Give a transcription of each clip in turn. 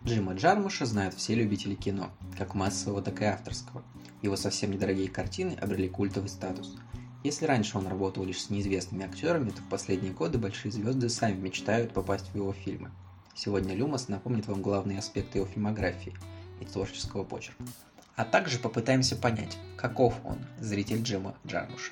Джима Джармуша знают все любители кино, как массового, так и авторского. Его совсем недорогие картины обрели культовый статус. Если раньше он работал лишь с неизвестными актерами, то в последние годы большие звезды сами мечтают попасть в его фильмы. Сегодня Люмос напомнит вам главные аспекты его фильмографии и творческого почерка. А также попытаемся понять, каков он, зритель Джима Джармуша.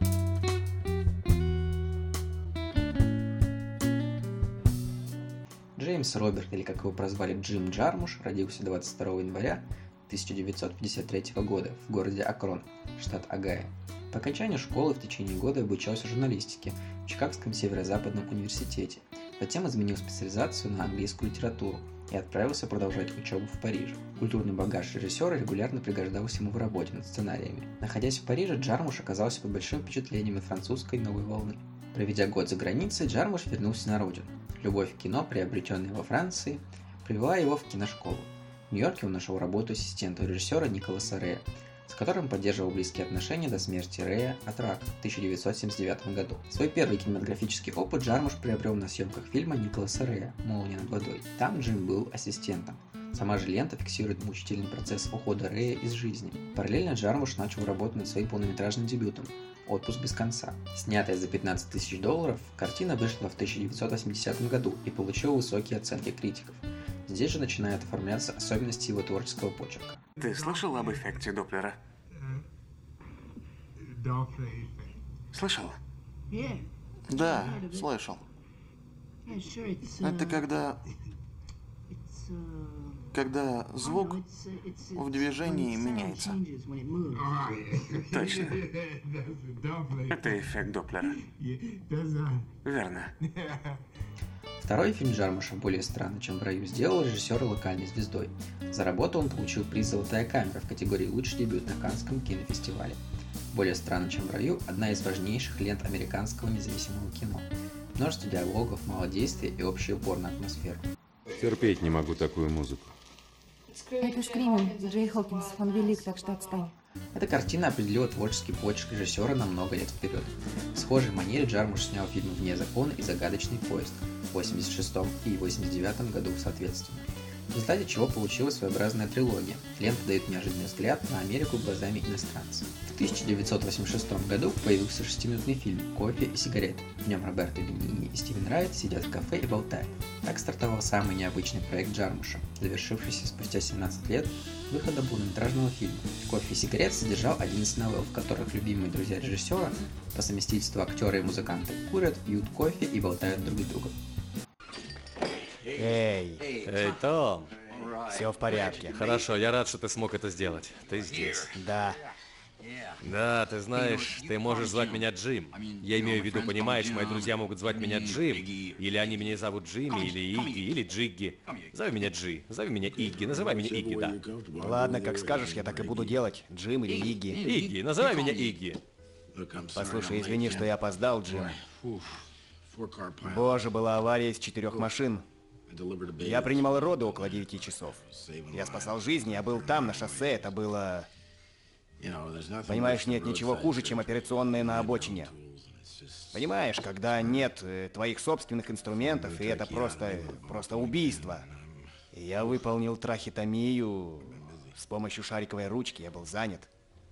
Джеймс Роберт, или как его прозвали Джим Джармуш, родился 22 января 1953 года в городе Акрон, штат Огайо. По окончанию школы в течение года обучался журналистике в Чикагском северо-западном университете, затем изменил специализацию на английскую литературу и отправился продолжать учебу в Париже. Культурный багаж режиссера регулярно пригождался ему в работе над сценариями. Находясь в Париже, Джармуш оказался под большим впечатлением от французской новой волны. Проведя год за границей, Джармуш вернулся на родину. Любовь к кино, приобретенная во Франции, привела его в киношколу. В Нью-Йорке он нашел работу ассистента режиссера Николаса Рея, с которым поддерживал близкие отношения до смерти Рея от рака в 1979 году. Свой первый кинематографический опыт Джармуш приобрел на съемках фильма Николаса Рея «Молния над водой». Там Джим был ассистентом. Сама же лента фиксирует мучительный процесс ухода Рея из жизни. Параллельно Джармуш начал работать над своим полнометражным дебютом «Отпуск без конца». Снятая за $15 000, картина вышла в 1980 году и получила высокие оценки критиков. Здесь же начинают оформляться особенности его творческого почерка. Ты слышал об эффекте Доплера? Слышал? Да, слышал. Это когда звук в движении меняется. Точно. Это эффект Доплера. Верно. Второй фильм Джармуша, более странный, чем в раю, сделал режиссер локальной звездой. За работу он получил приз «Золотая камера» в категории «Лучший дебют» на Каннском кинофестивале. Более странно, чем в раю, одна из важнейших лент американского независимого кино. Множество диалогов, мало действия и общий упор на атмосферу. Терпеть не могу такую музыку. Это Скримин, Джей Хокинс, он велик, так что отстань. Эта картина определила творческий почерк режиссера на много лет вперед. В схожей манере Джармуш снял фильмы «Вне закона» и «Загадочный поезд» в 1986 и 1989 году соответственно. В результате чего получилась своеобразная трилогия. Лента дает неожиданный взгляд на Америку глазами иностранца. В 1986 году появился 6-минутный фильм «Кофе и сигареты». В нем Роберто Бенини и Стивен Райт сидят в кафе и болтают. Так стартовал самый необычный проект Джармуша, завершившийся спустя 17 лет выходом полнометражного фильма. «Кофе и сигарет» содержал 11 новелл, в которых любимые друзья режиссера, по совместительству актеры и музыканты, курят, пьют кофе и болтают друг с другом. Эй, Том. Все в порядке. Хорошо, я рад, что ты смог это сделать. Ты здесь. Да. Да, ты знаешь, ты можешь звать меня Джим. Я имею в виду, понимаешь, мои друзья могут звать меня Джим, или они меня зовут Джимми, или Игги, или Джигги. Зови меня Джи, зови меня Игги, называй меня Игги, да. Ладно, как скажешь, я так и буду делать. Джим или Игги. Игги, называй меня Игги. Послушай, извини, что я опоздал, Джим. Боже, была авария из 4 машин. Я принимал роды около 9 часов. Я спасал жизни, я был там, на шоссе, это было... Понимаешь, нет ничего хуже, чем операционные на обочине. Понимаешь, когда нет твоих собственных инструментов, и это просто убийство. И я выполнил трахеотомию с помощью шариковой ручки, я был занят.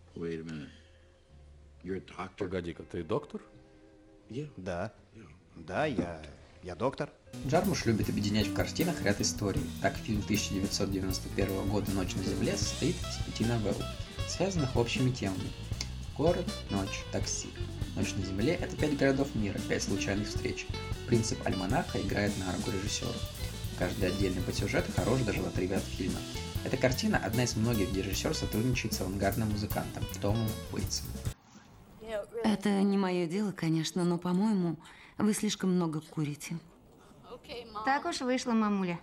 Погоди-ка, ты доктор? Да. Да, я доктор. Джармуш любит объединять в картинах ряд историй. Так, фильм 1991 года «Ночь на земле» состоит из 5 новелл, связанных общими темами. Город, ночь, такси. «Ночь на земле» — это 5 городов мира, 5 случайных встреч. Принцип альманаха играет на руку режиссера. Каждый отдельный подсюжет хорош даже в отрыве от фильма. Эта картина одна из многих, где режиссер сотрудничает с авангардным музыкантом Томом Уэйтсом. Это не мое дело, конечно, но, по-моему, вы слишком много курите. Так уж вышло, мамуля.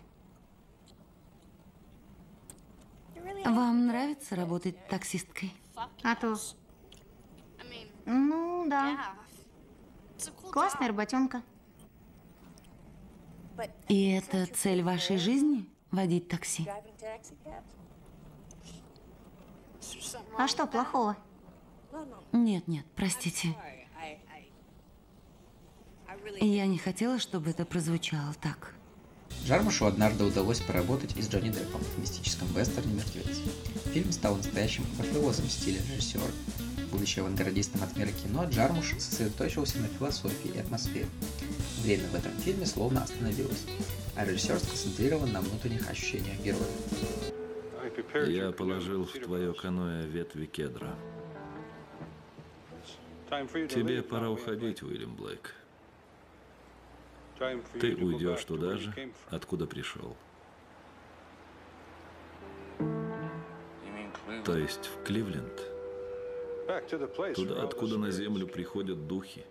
Вам нравится работать таксисткой? А то... Ну, да. Классная работенка. И это цель вашей жизни? Водить такси? А что плохого? Нет, простите. Я не хотела, чтобы это прозвучало так. Джармушу однажды удалось поработать и с Джонни Деппом в мистическом вестерне «Мертвец». Фильм стал настоящим апофеозом стиля режиссера. Будучи авангардистом от мира кино, Джармуш сосредоточился на философии и атмосфере. Время в этом фильме словно остановилось, а режиссер сконцентрирован на внутренних ощущениях героя. Я положил в твое каноэ ветви кедра. Тебе пора уходить, Уильям Блейк. Ты уйдешь туда же, откуда пришел. То есть в Кливленд. Туда, откуда на землю приходят духи.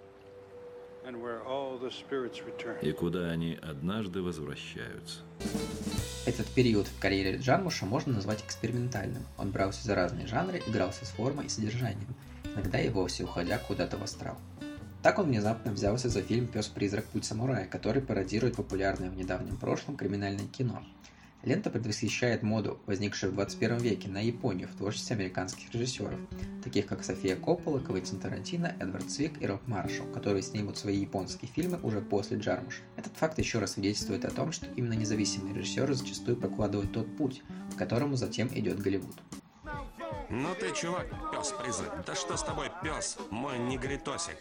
И куда они однажды возвращаются. Этот период в карьере Джармуша можно назвать экспериментальным. Он брался за разные жанры, игрался с формой и содержанием, иногда и вовсе уходя куда-то в астрал. Так он внезапно взялся за фильм «Пес-призрак. Путь самурая», который пародирует популярное в недавнем прошлом криминальное кино. Лента предвосхищает моду, возникшую в 21 веке на Японию в творчестве американских режиссеров, таких как София Коппола, Квентин Тарантино, Эдвард Цвик и Роб Маршалл, которые снимут свои японские фильмы уже после Джармуша. Этот факт еще раз свидетельствует о том, что именно независимые режиссеры зачастую прокладывают тот путь, к которому затем идет Голливуд. Ну ты, чувак, пес-призрак. Да что с тобой, пес, мой негритосик?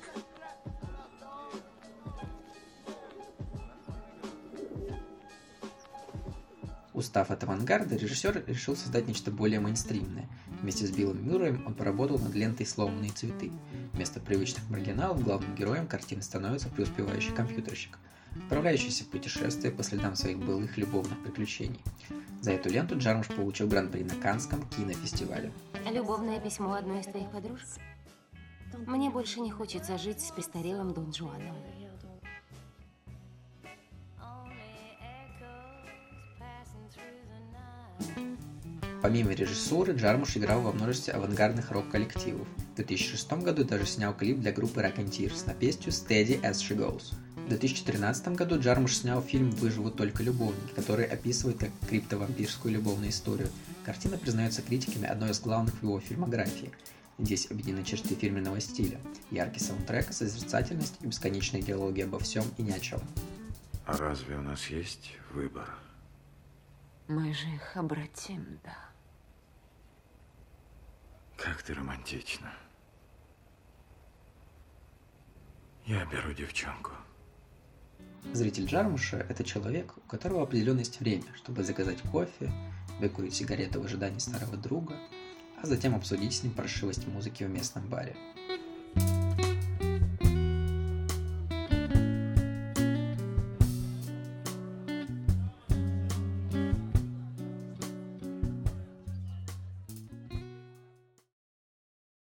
Устав от авангарда, режиссер решил создать нечто более мейнстримное. Вместе с Биллом Мюрреем он поработал над лентой «Сломанные цветы». Вместо привычных маргиналов главным героем картины становится преуспевающий компьютерщик, отправляющийся в путешествие по следам своих былых любовных приключений. За эту ленту Джармуш получил гран-при на Каннском кинофестивале. Любовное письмо одной из твоих подружек? Мне больше не хочется жить с престарелым Дон Жуаном. Помимо режиссуры, Джармуш играл во множестве авангардных рок-коллективов. В 2006 году даже снял клип для группы Rocketeers на песню «Steady as she goes». В 2013 году Джармуш снял фильм «Выживут только любовники», который описывает как криптовампирскую любовную историю. Картина признается критиками одной из главных в его фильмографии. Здесь объединены черты фирменного стиля, яркий саундтрек, созерцательность и бесконечные диалоги обо всем и ни о чем. А разве у нас есть выбор? Мы же их обратим, да. Как ты романтична. Я беру девчонку. Зритель Джармуша – это человек, у которого определенно есть время, чтобы заказать кофе, выкурить сигарету в ожидании старого друга, а затем обсудить с ним паршивость музыки в местном баре.